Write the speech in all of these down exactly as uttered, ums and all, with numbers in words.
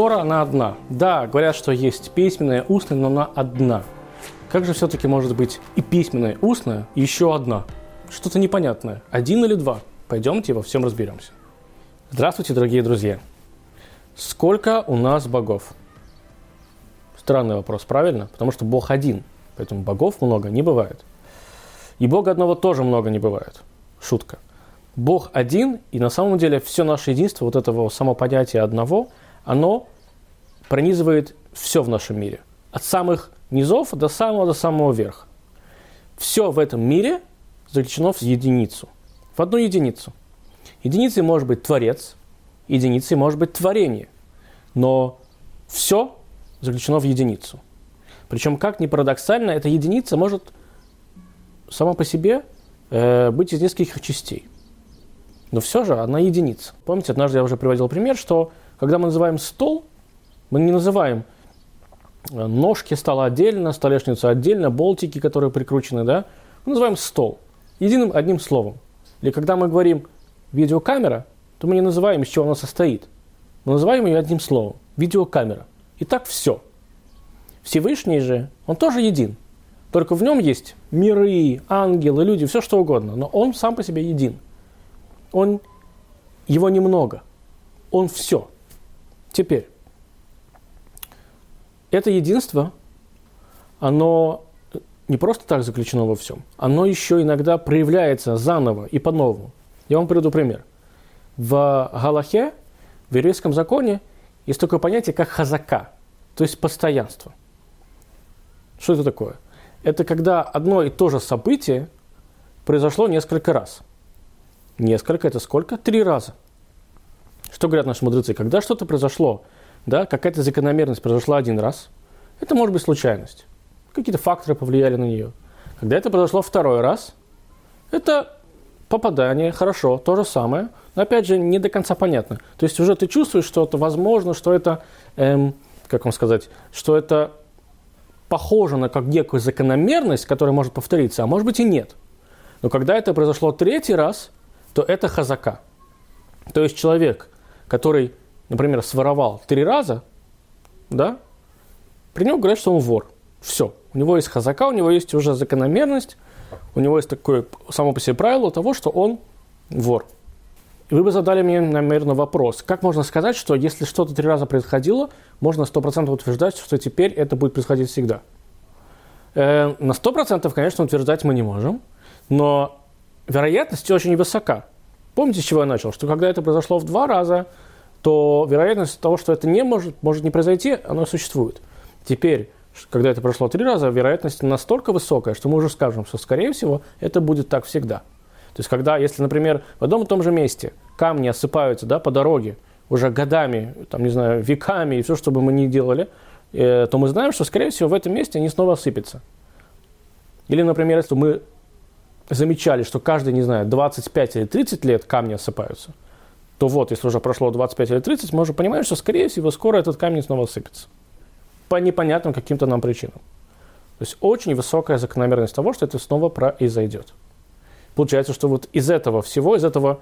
Тора, она одна. Да, говорят, что есть письменная, устная, но она одна. Как же все-таки может быть и письменная, и устная, и еще одна? Что-то непонятное. Один или два? Пойдемте во всем разберемся. Здравствуйте, дорогие друзья. Сколько у нас богов? Странный вопрос, правильно? Потому что Бог один, поэтому богов много не бывает. И Бога одного тоже много не бывает. Шутка. Бог один, и на самом деле все наше единство, вот этого самопонятия одного, оно пронизывает все в нашем мире. От самых низов до самого до самого верха. Все в этом мире заключено в единицу. В одну единицу. Единицей может быть Творец, единицей может быть творение. Но все заключено в единицу. Причем, как ни парадоксально, эта единица может сама по себе э, быть из нескольких частей. Но все же одна единица. Помните, однажды я уже приводил пример, что когда мы называем стол, мы не называем ножки стола отдельно, столешницу отдельно, болтики, которые прикручены, да? Мы называем стол единым одним словом. Или когда мы говорим видеокамера, то мы не называем, из чего она состоит. Мы называем ее одним словом. Видеокамера. И так все. Всевышний же, он тоже един. Только в нем есть миры, ангелы, люди, все что угодно. Но он сам по себе един. Он, его немного. Он все. Теперь, это единство, оно не просто так заключено во всем. Оно еще иногда проявляется заново и по-новому. Я вам приведу пример. В Галахе, в еврейском законе, есть такое понятие, как хазака, то есть постоянство. Что это такое? Это когда одно и то же событие произошло несколько раз. Несколько – это сколько? Три раза. Что говорят наши мудрецы? Когда что-то произошло, да, какая-то закономерность произошла один раз, это может быть случайность. Какие-то факторы повлияли на нее. Когда это произошло второй раз, это попадание, хорошо, то же самое, но опять же не до конца понятно. То есть уже ты чувствуешь, что это возможно, что это, эм, как вам сказать, что это похоже на как некую закономерность, которая может повториться, а может быть и нет. Но когда это произошло третий раз, то это хазака. То есть человек, который, например, своровал три раза, да, при нем говорят, что он вор. Все. У него есть хазака, у него есть уже закономерность, у него есть такое само по себе правило того, что он вор. И вы бы задали мне, наверное, вопрос. Как можно сказать, что если что-то три раза происходило, можно сто процентов утверждать, что теперь это будет происходить всегда? Э, на сто процентов, конечно, утверждать мы не можем, но вероятность очень высока. Помните, с чего я начал? Что когда это произошло в два раза, то вероятность того, что это не может, может не произойти, она существует. Теперь, когда это прошло три раза, вероятность настолько высокая, что мы уже скажем, что, скорее всего, это будет так всегда. То есть, когда, если, например, в одном и том же месте камни осыпаются, да, по дороге уже годами, там, не знаю, веками, и все, что бы мы ни делали, э, то мы знаем, что, скорее всего, в этом месте они снова осыпятся. Или, например, если мы замечали, что каждые, не знаю, двадцать пять или тридцать лет камни осыпаются, то вот, если уже прошло двадцать пять или тридцать, мы уже понимаем, что, скорее всего, скоро этот камень снова осыпется. По непонятным каким-то нам причинам. То есть очень высокая закономерность того, что это снова произойдет. Получается, что вот из этого всего, из этого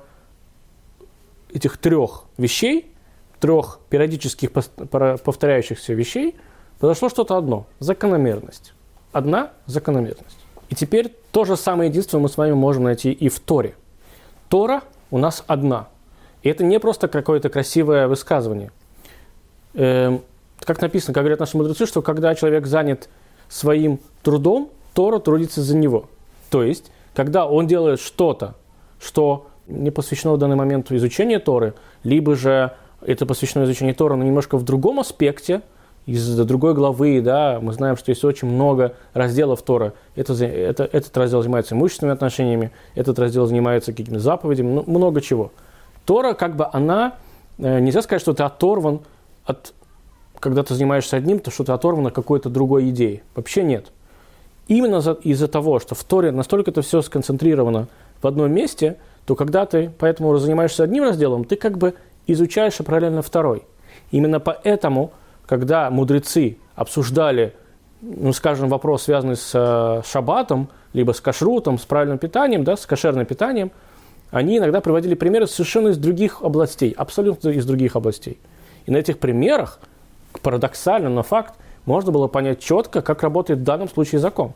этих трех вещей, трех периодических повторяющихся вещей, произошло что-то одно – закономерность. Одна закономерность. И теперь то же самое единство мы с вами можем найти и в Торе. Тора у нас одна. И это не просто какое-то красивое высказывание. Эм, как написано, как говорят наши мудрецы, что когда человек занят своим трудом, Тора трудится за него. То есть, когда он делает что-то, что не посвящено в данный момент изучению Торы, либо же это посвящено изучению Торы, но немножко в другом аспекте, из другой главы, да, мы знаем, что есть очень много разделов Торы. Это, это, этот раздел занимается имущественными отношениями, этот раздел занимается какими-то заповедями, ну, много чего. Тора, как бы она, нельзя сказать, что ты оторван от, когда ты занимаешься одним, то что ты оторван от какой-то другой идеи. Вообще нет. Именно за, из-за того, что в Торе настолько это все сконцентрировано в одном месте, то когда ты поэтому занимаешься одним разделом, ты как бы изучаешь и параллельно второй. Именно поэтому, когда мудрецы обсуждали, ну, скажем, вопрос, связанный с э, шаббатом, либо с кашрутом, с правильным питанием, да, с кошерным питанием, они иногда приводили примеры совершенно из других областей, абсолютно из других областей. И на этих примерах Парадоксально, но факт, можно было понять четко, как работает в данном случае закон.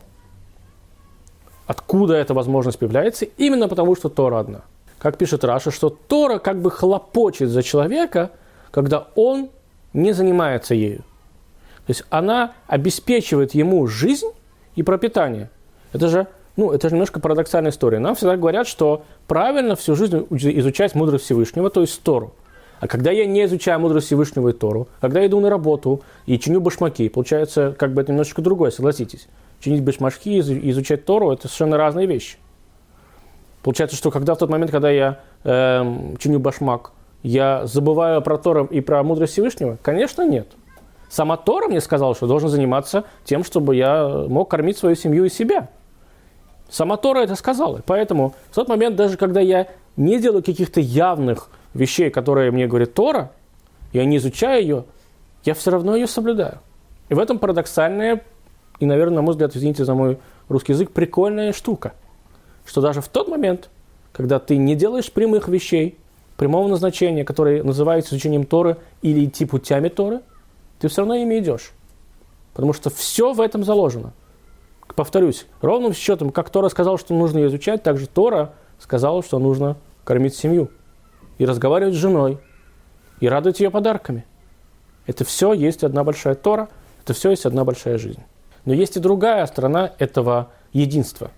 Откуда эта возможность появляется? Именно потому, что Тора одна. Как пишет Раши, что Тора как бы хлопочет за человека, когда он не занимается ею. То есть она обеспечивает ему жизнь и пропитание. Это же, ну, это же немножко парадоксальная история. Нам всегда говорят, что правильно всю жизнь изучать мудрость Всевышнего, то есть Тору. А когда я не изучаю мудрость Всевышнего и Тору, когда я иду на работу и чиню башмаки, получается, как бы это немножечко другое, согласитесь. Чинить башмаки и изучать Тору – это совершенно разные вещи. Получается, что когда в тот момент, когда я э, чиню башмак, я забываю про Тору и про мудрость Всевышнего? Конечно, нет. Сама Тора мне сказала, что должен заниматься тем, чтобы я мог кормить свою семью и себя. Сама Тора это сказала. Поэтому в тот момент, даже когда я не делаю каких-то явных вещей, которые мне говорит Тора, я не изучаю ее, я все равно ее соблюдаю. И в этом парадоксальная и, наверное, на мой взгляд, извините за мой русский язык, прикольная штука. Что даже в тот момент, когда ты не делаешь прямых вещей, прямого назначения, которые называются изучением Торы или идти путями Торы, ты все равно ими идешь. Потому что все в этом заложено. Повторюсь, ровным счетом, как Тора сказала, что нужно ее изучать, так же Тора сказала, что нужно кормить семью. И разговаривать с женой. И радовать ее подарками. Это все есть одна большая Тора, это все есть одна большая жизнь. Но есть и другая сторона этого единства.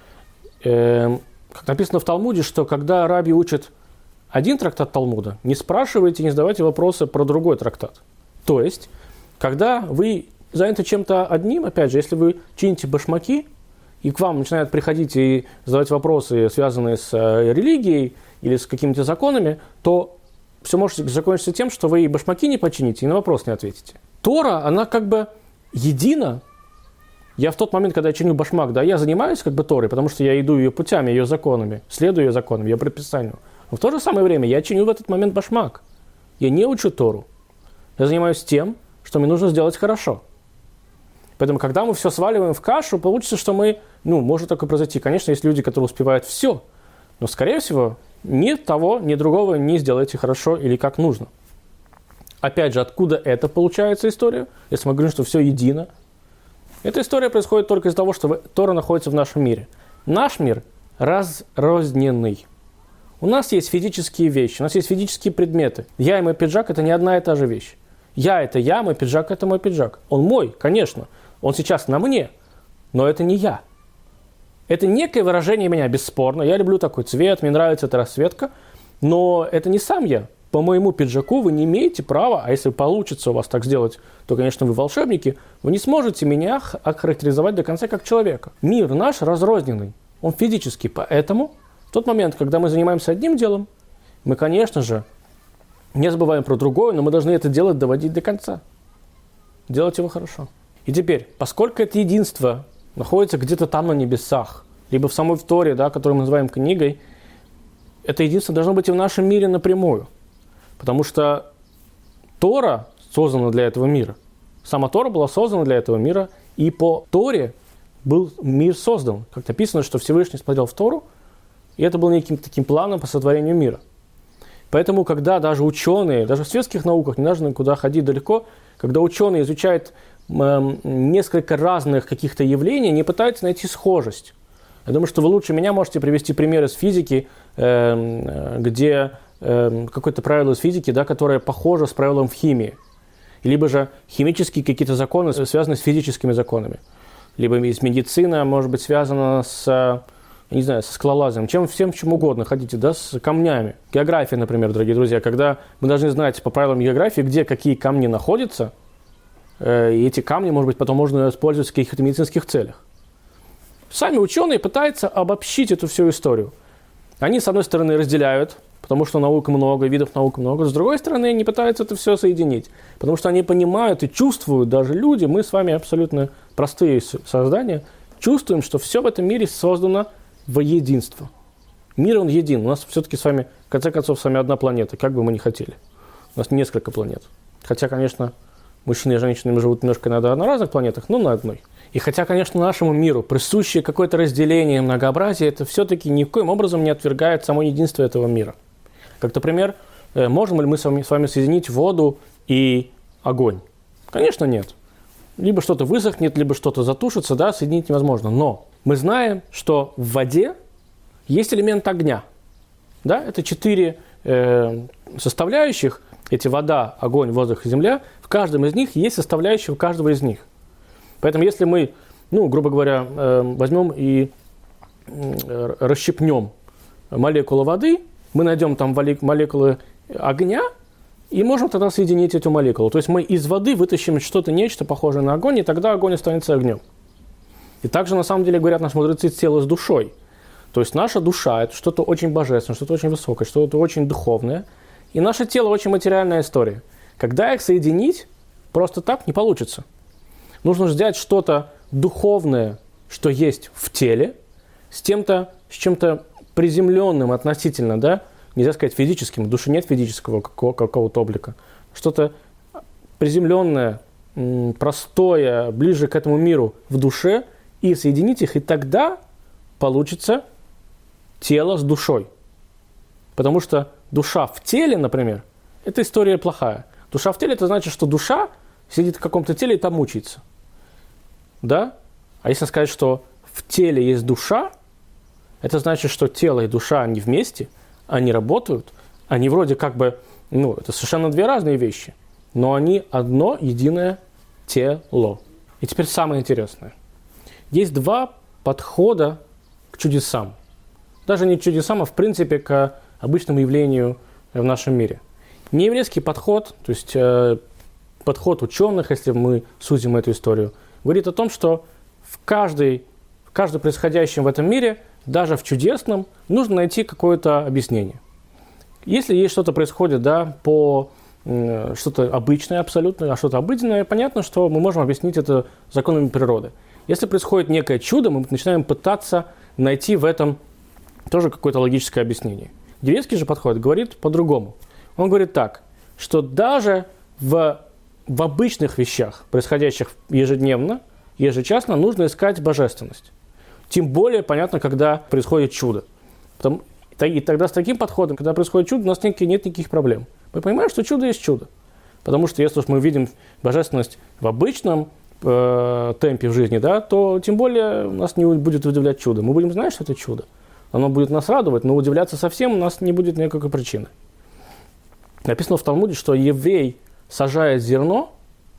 Эм, как написано в Талмуде, что когда раби учит один трактат Талмуда, не спрашивайте, не задавайте вопросы про другой трактат. То есть, когда вы заняты чем-то одним, опять же, если вы чините башмаки, и к вам начинают приходить и задавать вопросы, связанные с религией или с какими-то законами, то все может закончиться тем, что вы и башмаки не почините, и на вопрос не ответите. Тора, она как бы едина. Я в тот момент, когда я чиню башмак, да, я занимаюсь как бы Торой, потому что я иду ее путями, ее законами, следую ее законам, ее предписанию. Но в то же самое время я чиню в этот момент башмак. Я не учу Тору. Я занимаюсь тем, что мне нужно сделать хорошо. Поэтому, когда мы все сваливаем в кашу, получится, что мы, ну, может такое произойти. Конечно, есть люди, которые успевают все, но, скорее всего, ни того, ни другого не сделаете хорошо или как нужно. Опять же, откуда это получается история? Если мы говорим, что все едино. Эта история происходит только из-за того, что Тора находится в нашем мире. Наш мир разрозненный. У нас есть физические вещи, у нас есть физические предметы. Я и мой пиджак – это не одна и та же вещь. Я – это я, мой пиджак – это мой пиджак. Он мой, конечно. Он сейчас на мне, но это не я. Это некое выражение меня, бесспорно. Я люблю такой цвет, мне нравится эта расцветка, но это не сам я. По моему пиджаку вы не имеете права, а если получится у вас так сделать, то, конечно, вы волшебники, вы не сможете меня охарактеризовать до конца как человека. Мир наш разрозненный, он физический, поэтому в тот момент, когда мы занимаемся одним делом, мы, конечно же, не забываем про другое, но мы должны это делать, доводить до конца. Делать его хорошо. И теперь, поскольку это единство находится где-то там на небесах, либо в самой Торе, да, которую мы называем книгой, это единство должно быть и в нашем мире напрямую. Потому что Тора создана для этого мира. Сама Тора была создана для этого мира, и по Торе был мир создан. Как написано, что Всевышний смотрел в Тору, и это было неким таким планом по сотворению мира. Поэтому, когда даже ученые, даже в светских науках, не нужно никуда ходить далеко, когда ученые изучают э, несколько разных каких-то явлений, они пытаются найти схожесть. Я думаю, что вы лучше меня можете привести примеры из физики, э, где э, какое-то правило из физики, да, которое похоже с правилом в химии. Либо же химические какие-то законы, связанные с физическими законами. Либо из медицины, может быть, связано с... не знаю, со скалолазием, чем, всем чем угодно, хотите, да, с камнями. География, например, дорогие друзья, когда мы должны знать по правилам географии, где какие камни находятся, э, и эти камни, может быть, потом можно использовать в каких-то медицинских целях. Сами ученые пытаются обобщить эту всю историю. Они, с одной стороны, разделяют, потому что наук много, видов наук много, с другой стороны, они пытаются это все соединить, потому что они понимают и чувствуют, даже люди, мы с вами абсолютно простые создания, чувствуем, что все в этом мире создано во единство. Мир, он един. У нас все-таки с вами, в конце концов, с вами одна планета, как бы мы ни хотели. У нас несколько планет. Хотя, конечно, мужчины и женщины живут немножко иногда на разных планетах, но на одной. И хотя, конечно, нашему миру присущее какое-то разделение, многообразие, это все-таки никоим образом не отвергает само единство этого мира. Как, например, можем ли мы с вами, с вами соединить воду и огонь? Конечно, нет. Либо что-то высохнет, либо что-то затушится, да, соединить невозможно. Но мы знаем, что в воде есть элемент огня. Да? Это четыре э, составляющих. Эти вода, огонь, воздух и земля. В каждом из них есть составляющие у каждого из них. Поэтому если мы, ну, грубо говоря, э, возьмем и э, расщепнем молекулы воды, мы найдем там молекулы огня, и можем тогда соединить эту молекулу. То есть мы из воды вытащим что-то, нечто похожее на огонь, и тогда огонь останется огнем. И также, на самом деле, говорят наши мудрецы, тело с душой. То есть наша душа – это что-то очень божественное, что-то очень высокое, что-то очень духовное. И наше тело – очень материальная история. Когда их соединить, просто так не получится. Нужно взять что-то духовное, что есть в теле, с тем-то, с чем-то приземленным относительно, да, нельзя сказать физическим, в душе нет физического какого-то облика. Что-то приземленное, простое, ближе к этому миру в душе, и соединить их, и тогда получится тело с душой. Потому что душа в теле, например, это история плохая. Душа в теле – это значит, что душа сидит в каком-то теле и там мучается. Да? А если сказать, что в теле есть душа, это значит, что тело и душа, они вместе, они работают, они вроде как бы, ну, это совершенно две разные вещи, но они одно единое тело. И теперь самое интересное. Есть два подхода к чудесам. Даже не к чудесам, а в принципе к обычному явлению в нашем мире. Нееврейский подход, то есть э, подход ученых, если мы сузим эту историю, говорит о том, что в каждой, в каждом происходящем в этом мире, даже в чудесном, нужно найти какое-то объяснение. Если есть что-то происходит, да, по э, что-то обычное абсолютно, а что-то обыденное, понятно, что мы можем объяснить это законами природы. Если происходит некое чудо, мы начинаем пытаться найти в этом тоже какое-то логическое объяснение. Еврейский же подход говорит по-другому. Он говорит так, что даже в, в обычных вещах, происходящих ежедневно, ежечасно, нужно искать божественность. Тем более, понятно, когда происходит чудо. Потому, и тогда с таким подходом, когда происходит чудо, у нас нет никаких проблем. Мы понимаем, что чудо есть чудо. Потому что если уж мы видим божественность в обычном э, темпе в жизни, да, то тем более нас не будет удивлять чудо. Мы будем знать, что это чудо. Оно будет нас радовать, но удивляться совсем у нас не будет никакой причины. Написано в Талмуде, что еврей сажает зерно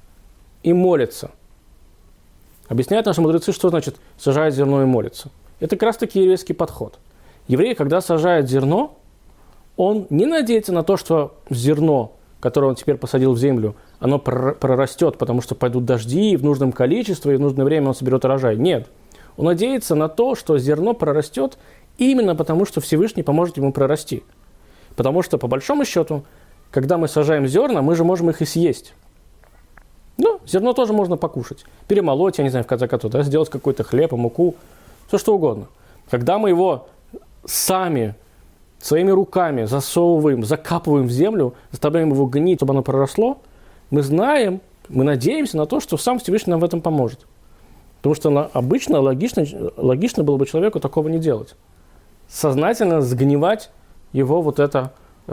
и молится. Объясняют наши мудрецы, что значит сажает зерно и молится. Это как раз таки еврейский подход. Еврей, когда сажает зерно, он не надеется на то, что зерно, которое он теперь посадил в землю, оно прорастет, потому что пойдут дожди в нужном количестве, и в нужное время он соберет урожай. Нет. Он надеется на то, что зерно прорастет именно потому, что Всевышний поможет ему прорасти. Потому что, по большому счету, когда мы сажаем зерна, мы же можем их и съесть. Ну, зерно тоже можно покушать. Перемолоть, я не знаю, в конце концов, да, сделать какой-то хлеб, муку, все что угодно. Когда мы его сами, своими руками засовываем, закапываем в землю, заставляем его гнить, чтобы оно проросло, мы знаем, мы надеемся на то, что сам Всевышний нам в этом поможет. Потому что обычно логично, логично было бы человеку такого не делать. Сознательно сгнивать его вот это,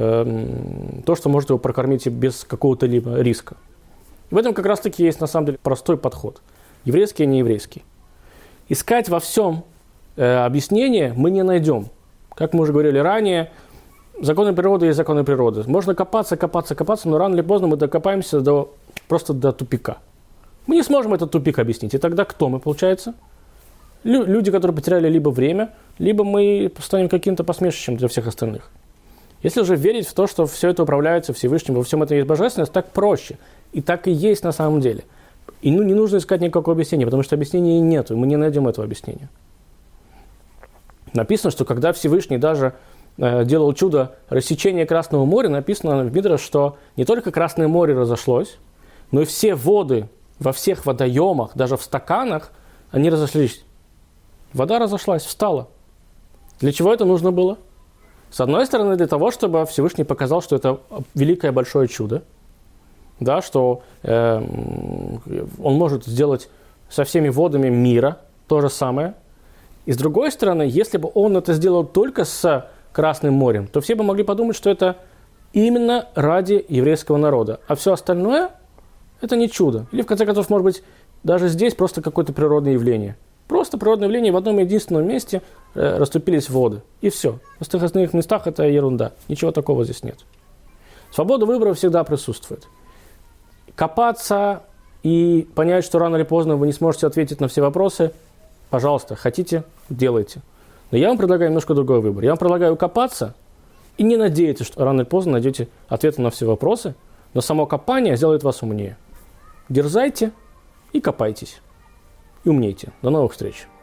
э, то, что может его прокормить без какого-то либо риска. В этом как раз-таки есть, на самом деле, простой подход. Еврейский и нееврейский. Искать во всем э, объяснение мы не найдем. Как мы уже говорили ранее, законы природы есть законы природы. Можно копаться, копаться, копаться, но рано или поздно мы докопаемся до, просто до тупика. Мы не сможем этот тупик объяснить. И тогда кто мы, получается? Лю- люди, которые потеряли либо время, либо мы станем каким-то посмешищем для всех остальных. Если же верить в то, что все это управляется Всевышним, во всем этом есть божественность, так проще. И так и есть на самом деле. И ну, не нужно искать никакого объяснения, потому что объяснения нет, и мы не найдем этого объяснения. Написано, что когда Всевышний даже э, делал чудо рассечения Красного моря, написано в Мидраш, что не только Красное море разошлось, но и все воды во всех водоемах, даже в стаканах, они разошлись. Вода разошлась, встала. Для чего это нужно было? С одной стороны, для того, чтобы Всевышний показал, что это великое большое чудо, да, что э, он может сделать со всеми водами мира то же самое. И с другой стороны, если бы он это сделал только с Красным морем, то все бы могли подумать, что это именно ради еврейского народа. А все остальное – Это не чудо. Или, в конце концов, может быть, даже здесь просто какое-то природное явление. Просто природное явление, в одном единственном месте э, расступились воды. И все. В остальных местах это ерунда. Ничего такого здесь нет. Свобода выбора всегда присутствует. Копаться и понять, что рано или поздно вы не сможете ответить на все вопросы, пожалуйста, хотите, делайте. Но я вам предлагаю немножко другой выбор. Я вам предлагаю копаться и не надеяться, что рано или поздно найдете ответы на все вопросы, но само копание сделает вас умнее. Дерзайте и копайтесь. И умнейте. До новых встреч.